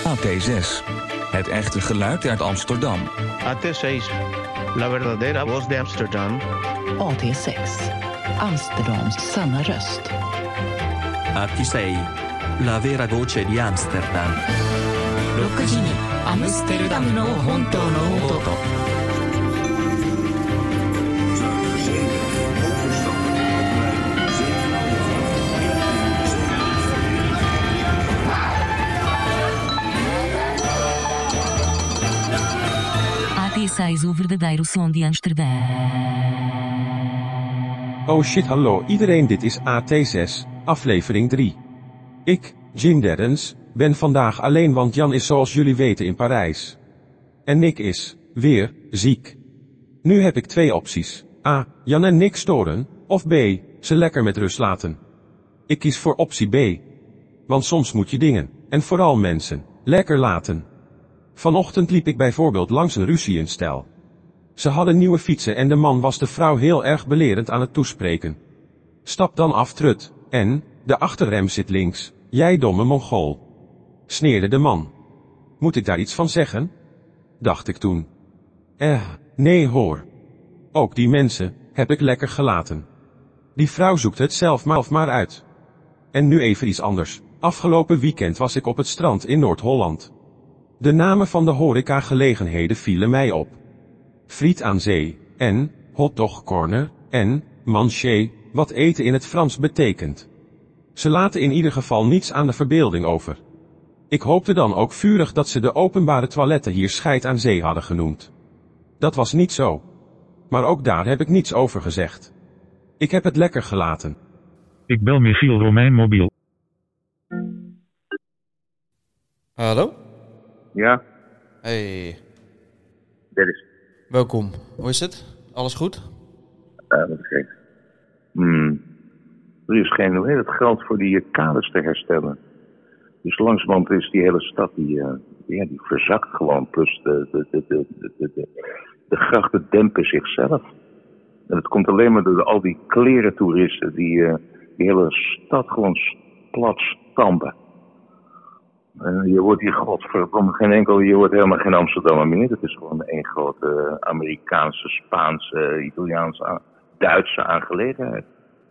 AT6. Het echte geluid uit Amsterdam. AT6. La verdadera voz de Amsterdam. AT6. Amsterdams sanna röst. AT6. La vera voce di Amsterdam. 6時にアムステルダムの本当の音。AT6 o verdadeiro som de Amsterdam. Oh shit, hallo iedereen, dit is AT6, aflevering 3. Ik, Jim Derrens, ben vandaag alleen want Jan is zoals jullie weten in Parijs. En Nick is, weer, ziek. Nu heb ik 2 opties. A. Jan en Nick storen, of B. Ze lekker met rust laten. Ik kies voor optie B. Want soms moet je dingen, en vooral mensen, lekker laten. Vanochtend liep ik bijvoorbeeld langs een ruzienstel. Ze hadden nieuwe fietsen en de man was de vrouw heel erg belerend aan het toespreken. Stap dan af, trut, en, de achterrem zit links, jij domme Mongool. Sneerde de man. Moet ik daar iets van zeggen? Dacht ik toen. Nee hoor. Ook die mensen, heb ik lekker gelaten. Die vrouw zoekt het zelf maar uit. En nu even iets anders. Afgelopen weekend was ik op het strand in Noord-Holland. De namen van de horecagelegenheden vielen mij op. Friet aan zee, en, hotdog corner, en, manger, wat eten in het Frans betekent. Ze laten in ieder geval niets aan de verbeelding over. Ik hoopte dan ook vurig dat ze de openbare toiletten hier scheid aan zee hadden genoemd. Dat was niet zo. Maar ook daar heb ik niets over gezegd. Ik heb het lekker gelaten. Ik bel Michiel Romein mobiel. Hallo? Ja, Hey, dit is... welkom. Hoe is het? Alles goed? Wat is gek. Er is geen, hoe heet het, geld voor die kades te herstellen. Dus langzamerhand is die hele stad, die verzakt gewoon. Plus de grachten dempen zichzelf. En het komt alleen maar door al die klerentoeristen die hele stad gewoon plat stampen. Je hoort hier godverdomme geen enkel, je hoort helemaal geen Amsterdammer meer. Het is gewoon één grote Amerikaanse, Spaanse, Italiaanse, Duitse aangelegenheid.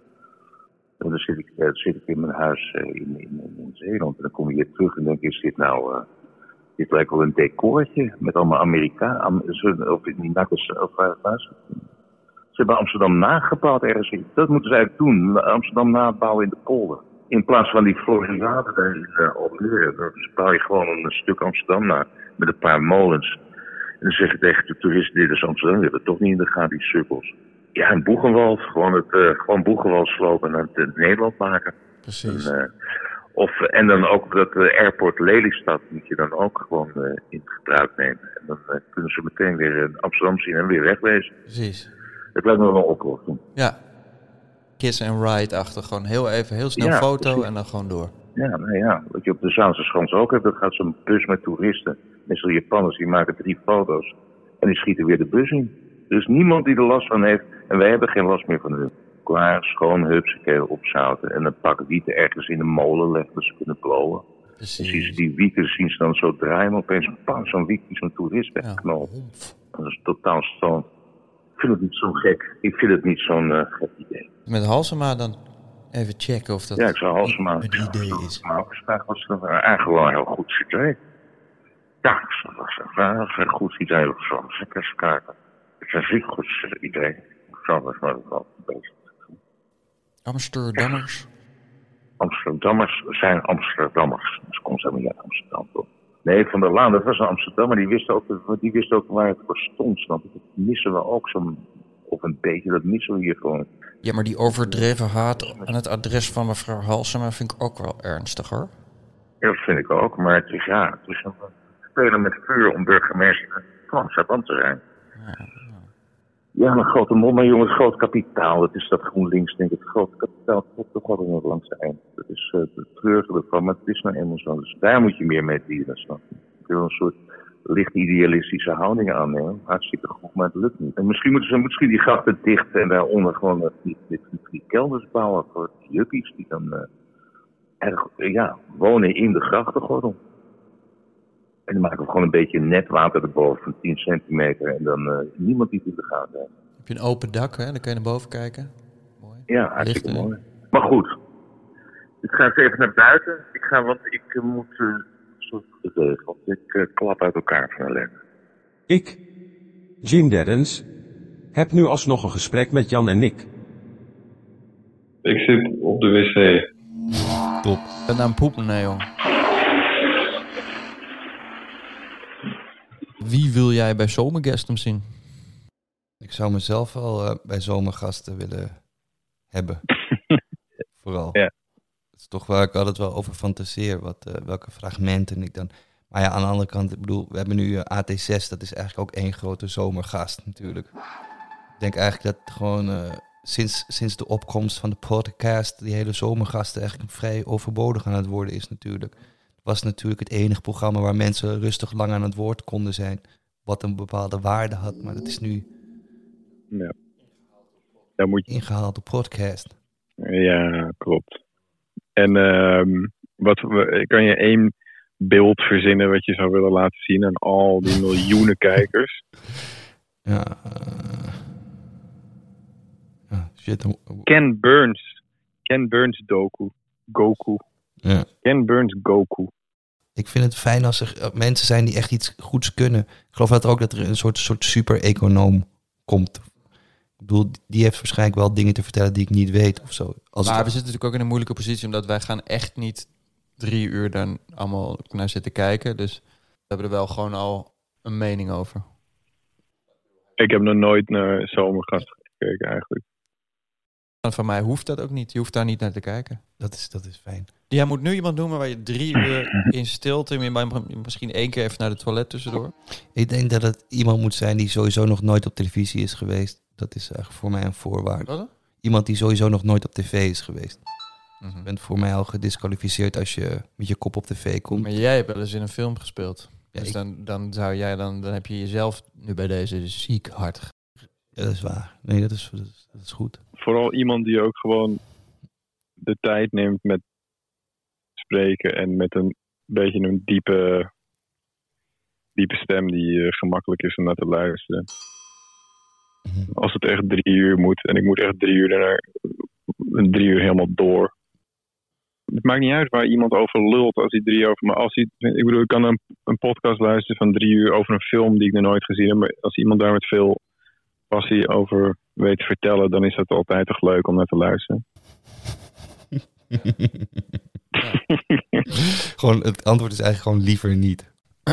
En dan zit ik in mijn huis in Zeeland en dan kom je hier terug en denk is dit nou, dit lijkt wel een decoortje met allemaal Amerikanen, of niet nakkers, of ze hebben Amsterdam nagebouwd ergens. Dat moeten ze eigenlijk doen, Amsterdam nabouwen in de polder. In plaats van die Floriade daar in Almere, dan bouw je gewoon een stuk Amsterdam na, met een paar molens. En dan zeg je tegen de toeristen, dit is Amsterdam, die hebben het toch niet in de gaten, die sukkels. Ja, en Boegenwald, gewoon Boegenwald slopen en het Nederland maken. Precies. En dan ook dat airport Lelystad moet je dan ook gewoon in gebruik nemen. En dan kunnen ze meteen weer Amsterdam zien en weer wegwezen. Precies. Het lijkt me wel een oplossing. Ja. Kiss and ride-achtig. Gewoon heel snel Ja, foto precies. en dan gewoon door. Ja, nou ja, wat je op de Zaanse Schans ook hebt, dat gaat zo'n bus met toeristen. Meestal Japanners, die maken 3 foto's en die schieten weer de bus in. Er is niemand die er last van heeft en wij hebben geen last meer van hun. Klaar, schoon, hupsakee, opzouten en een pak wieten ergens in de molen leggen dat ze kunnen blowen. Precies. Dan zien ze die wieken, zien ze dan zo draaien, maar opeens zo'n wiek die zo'n toerist wegknalt. Dat is totaal stoom. Ik vind het niet zo gek. Ik vind het niet zo'n gek idee. Met Halsema dan even checken of dat Ja, ik zou Halsema een idee is. Maar ook vragen wat ze eigenlijk wel een heel goed idee. Ja, dat is een goed idee. Eens kijken. Het is een zeer goed idee. Ik zou dat wel bezig doen. Amsterdammers? Amsterdammers zijn Amsterdammers. Dus komt helemaal niet uit Amsterdam, toch? Nee, Van der Laan, dat was een Amsterdammer. Die wist ook waar het voor stond. Snap je? Dat missen we ook zo'n... Of een beetje, dat missen we hier gewoon. Ja, maar die overdreven haat aan het adres van mevrouw Halsema vind ik ook wel ernstig, hoor. Ja, dat vind ik ook. Maar het is een spelen met vuur om burgemeester van Amsterdam te zijn. Ja, een grote mond, maar jongen, het groot kapitaal. Dat is dat GroenLinks, denk ik. Het grote kapitaal komt toch wel nog langs de eind. Dat is het treurige ervan, maar het is nou eenmaal zo. Dus daar moet je meer mee dienen, snap je? Ik wil een soort licht idealistische houdingen aannemen. Hartstikke goed, maar het lukt niet. En misschien moeten ze die grachten dichten en daaronder gewoon die kelders bouwen voor juppies die dan wonen in de grachtengordel. En dan maken we gewoon een beetje net water erboven van 10 centimeter. En dan niemand die het in de gaten heeft. Heb je een open dak, hè? Dan kan je naar boven kijken. Mooi. Ja, hartstikke Licht, mooi. Maar goed. Ik ga eens even naar buiten. Want ik moet zo bewegen. Want ik klap uit elkaar van ellende. Ik, Jim Derrens, heb nu alsnog een gesprek met Jan en Nick. Ik zit op de wc. Top. En naar een poepen, nee, jong. Wie wil jij bij Zomergasten zien? Ik zou mezelf wel bij Zomergasten willen hebben. Vooral. Ja. Dat is toch waar ik altijd wel over fantaseer. Welke fragmenten ik dan... Maar ja, aan de andere kant, ik bedoel, we hebben nu AT6. Dat is eigenlijk ook één grote zomergast natuurlijk. Ik denk eigenlijk dat gewoon sinds de opkomst van de podcast... die hele zomergasten eigenlijk vrij overbodig aan het worden is natuurlijk. Het was natuurlijk het enige programma waar mensen rustig lang aan het woord konden zijn. Wat een bepaalde waarde had, maar dat is nu... Ja. Daar moet je... ingehaald op podcast. Ja, klopt. En kan je één beeld verzinnen wat je zou willen laten zien aan al die miljoenen kijkers? Ja. Shit. Ken Burns doku. Goku. Ja. Ken Burns Goku. Ik vind het fijn als er mensen zijn die echt iets goeds kunnen. Ik geloof dat er een soort super-econoom komt. Ik bedoel, die heeft waarschijnlijk wel dingen te vertellen die ik niet weet of zo. Maar we zitten natuurlijk ook in een moeilijke positie, omdat wij gaan echt niet 3 uur dan allemaal naar zitten kijken. Dus we hebben er wel gewoon al een mening over. Ik heb nog nooit naar Zomergasten gekeken eigenlijk. En van mij hoeft dat ook niet. Je hoeft daar niet naar te kijken. Dat is fijn. Jij moet nu iemand noemen waar je 3 uur in stilte... misschien 1 keer even naar de toilet tussendoor. Ik denk dat het iemand moet zijn die sowieso nog nooit op televisie is geweest. Dat is eigenlijk voor mij een voorwaarde. Wat? Iemand die sowieso nog nooit op tv is geweest. Je bent voor mij al gedisqualificeerd als je met je kop op tv komt. Maar jij hebt wel eens in een film gespeeld. Ja, dus dan heb je jezelf nu bij deze ziek hard. Ja, dat is waar. Nee, dat is goed. Vooral iemand die ook gewoon de tijd neemt met spreken en met een beetje een diepe stem die gemakkelijk is om naar te luisteren. Als het echt 3 uur moet en ik moet echt 3 uur daarna 3 uur helemaal door. Het maakt niet uit waar iemand over lult als hij 3 uur over. Maar ik kan een podcast luisteren van 3 uur over een film die ik nog nooit gezien heb. Maar als iemand daar met veel passie over weet te vertellen, dan is dat altijd toch leuk om naar te luisteren. Gewoon, het antwoord is eigenlijk gewoon liever niet.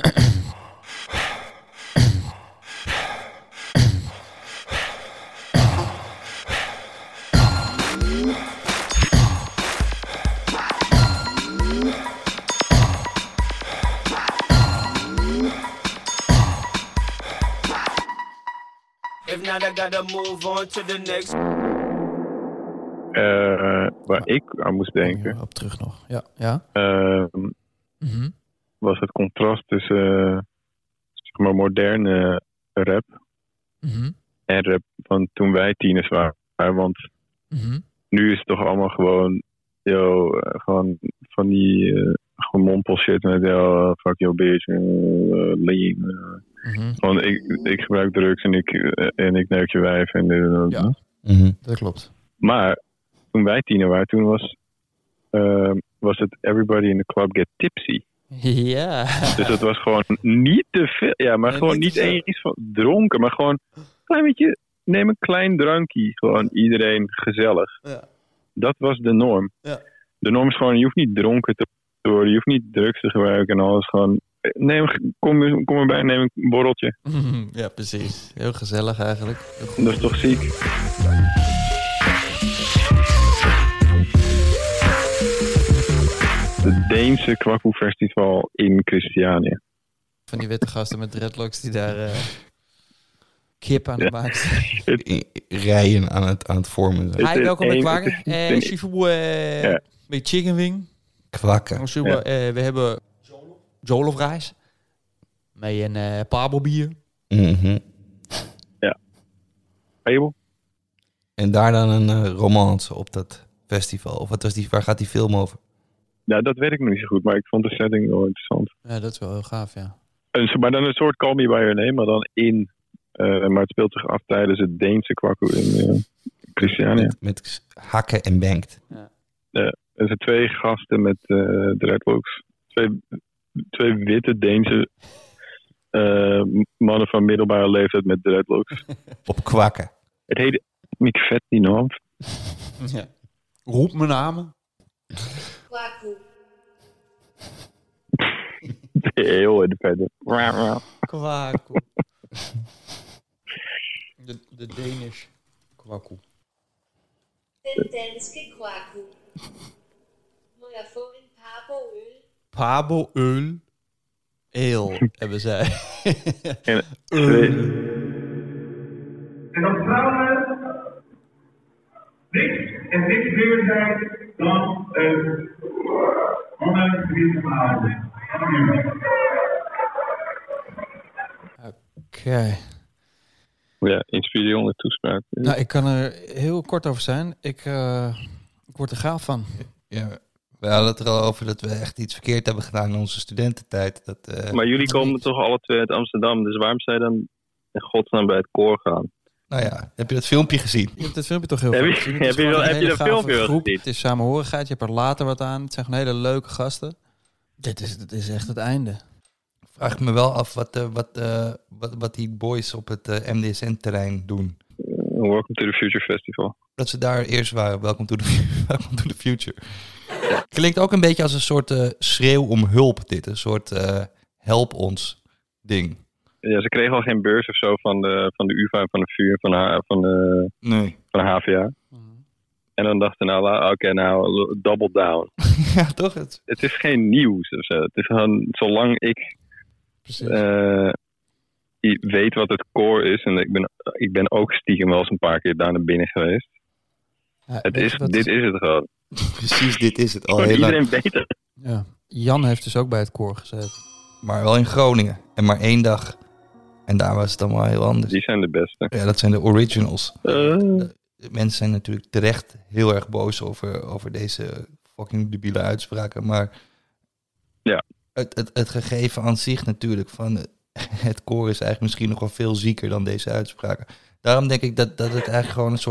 Waar ik aan moest denken. Op terug nog. Ja. Was het contrast tussen zeg maar moderne rap en rap van toen wij tieners waren. Want nu is het toch allemaal gewoon gewoon van die gemompel shit met fuck your bitch, lean. Gewoon ik gebruik drugs en ik neuk je wijf en dit en dat. Ja, dat klopt. Maar toen wij tiener waren, toen was het everybody in the club get tipsy. Ja. Dus dat was gewoon niet te veel. Ja, maar gewoon niet eens van dronken, maar gewoon een klein beetje, neem een klein drankje. Gewoon iedereen gezellig. Ja. Dat was de norm. Ja. De norm is gewoon, je hoeft niet dronken te worden, je hoeft niet drugs te gebruiken en alles. Gewoon, kom erbij, neem een borreltje. Ja, precies. Heel gezellig eigenlijk. Dat is toch ziek? Het Deense Kwakkoe Festival in Christiania. Van die witte gasten met dreadlocks die daar kip aan het maken zijn. Rijen aan het vormen zijn. Hi, welkom bij Kwakken. Met chicken wing. Kwakken. We hebben jollof rijst. Met een pabelbier. Ja. Pabel. En daar dan een romance op dat festival. Of waar gaat die film over? Ja, dat weet ik nog niet zo goed, maar ik vond de setting wel interessant. Ja, dat is wel heel gaaf, ja. Maar dan een soort Call Me By Your Name, maar dan in... maar het speelt zich af tijdens het Deense kwakkoe in Christiania. Met hakken en bankt. Ja. Er zijn 2 gasten met dreadlocks. Twee witte Deense mannen van middelbare leeftijd met dreadlocks. Op kwakken. Het heet Mick Vet die naam. Ja. Roep mijn namen. Kwaku. Heel independent. Kwaku. De Danish kwaku. Den danske kwaku. Må jeg få en Pabo-øl? Pabo-øl. Ale, hebben zij. En dat vrouwen niks meer zijn dan een onuitgewitte aarde. Oké. Ja, inspirerende toespraak. Nou, ik kan er heel kort over zijn. Ik word er gaaf van. Ja, we hadden het er al over dat we echt iets verkeerd hebben gedaan in onze studententijd. Maar jullie komen toch alle 2 uit Amsterdam, dus waarom zou je dan in godsnaam bij het koor gaan? Nou ja, heb je dat filmpje gezien? Je hebt het filmpje toch heel Heb vaak je- gezien. Het is heb je gewoon dat- een heb je hele dat gave filmpje wel groep. gezien? Het is samenhorigheid, je hebt er later wat aan. Het zijn gewoon hele leuke gasten. Dit is echt het einde. Vraag ik me wel af wat die boys op het MDSN-terrein doen. Welcome to the Future Festival. Dat ze daar eerst waren. Welcome to the Future. Klinkt ook een beetje als een soort schreeuw om hulp dit. Een soort help ons ding. Ja, ze kregen al geen beurs of zo van de UvA en van de VU en van de HVA. En dan dachten ze, nou, oké, nou, double down. Ja, toch? Het is geen nieuws of zo. Het is gewoon, zolang ik weet wat het core is, en ik ben ook stiekem wel eens een paar keer daar naar binnen geweest. Ja, Dit is het gewoon. Precies, dit is het al Gewoon heel lang. iedereen beter. Ja. Jan heeft dus ook bij het koor gezeten. Maar wel in Groningen. En maar 1 dag. En daar was het allemaal heel anders. Die zijn de beste. Ja, dat zijn de originals. Mensen zijn natuurlijk terecht heel erg boos over deze fucking debiele uitspraken. Maar ja. Het gegeven aan zich natuurlijk van het koor is eigenlijk misschien nog wel veel zieker dan deze uitspraken. Daarom denk ik dat het eigenlijk gewoon een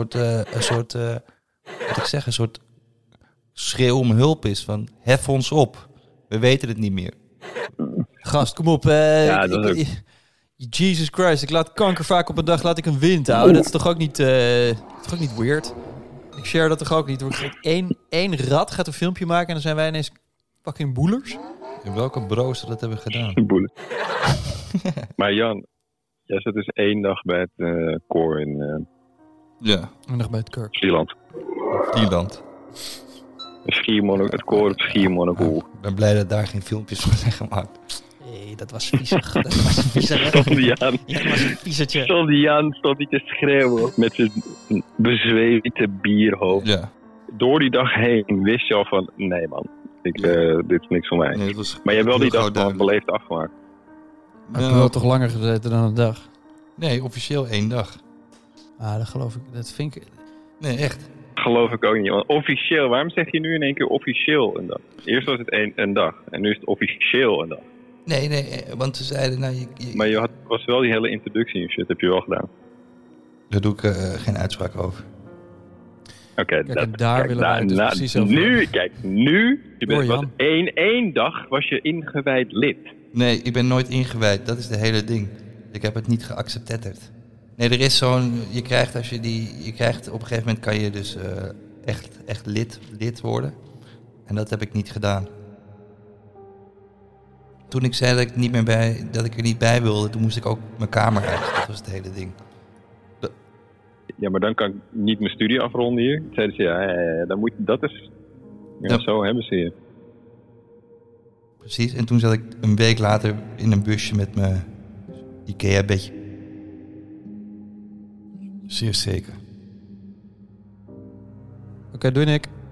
soort schreeuw om hulp is. Van hef ons op. We weten het niet meer. Gast, kom op. Ja, dat is ook... Jesus Christ, ik laat kanker vaak op een dag laat ik een wind houden. Dat is toch ook niet weird? Ik share dat toch ook niet? Eén rat gaat een filmpje maken en dan zijn wij ineens fucking boelers? In welke broos dat hebben gedaan? Boelen. Maar Jan, jij zit dus 1 dag bij het koor in... Ja. 1 dag bij het Kurk. Vlieland. Het koor op Schiermonnikoog. Ik ben blij dat daar geen filmpjes van zijn gemaakt. Nee, dat was viezig. Dat was viezig. Stond die aan. Ja, dat was een viezertje. Stond die aan, stond hij te schreeuwen met zijn bezweete bierhoofd. Ja. Door die dag heen wist je al van, nee man, dit is niks voor mij. Nee, maar je hebt wel die dag duidelijk. beleefd afgemaakt. Maar ik heb wel toch langer gezeten dan een dag. Nee, officieel 1 dag. Ah, dat geloof ik. Dat vind ik... Nee, echt. Geloof ik ook niet. Want officieel, waarom zeg je nu in één keer officieel een dag? Eerst was het een dag en nu is het officieel een dag. Nee, want ze zeiden... Nou, Maar je was wel die hele introductie en shit, heb je wel gedaan. Daar doe ik geen uitspraak over. Oké, daar willen wij het dus precies over nu, kijk, nu, je Door, bent Jan. één dag was je ingewijd lid. Nee, ik ben nooit ingewijd. Dat is de hele ding. Ik heb het niet geaccepteerd. Nee, er is zo'n... Je krijgt op een gegeven moment kan je dus echt lid worden. En dat heb ik niet gedaan. Toen ik zei dat ik er niet bij wilde, toen moest ik ook mijn kamer uit. Dat was het hele ding. Ja, maar dan kan ik niet mijn studie afronden hier. Toen zeiden ze, ja, dan moet je, dat is... Ja, zo hebben ze je. Precies, en toen zat ik een week later in een busje met mijn IKEA-bedje. Zeer zeker. Oké, doei Nick.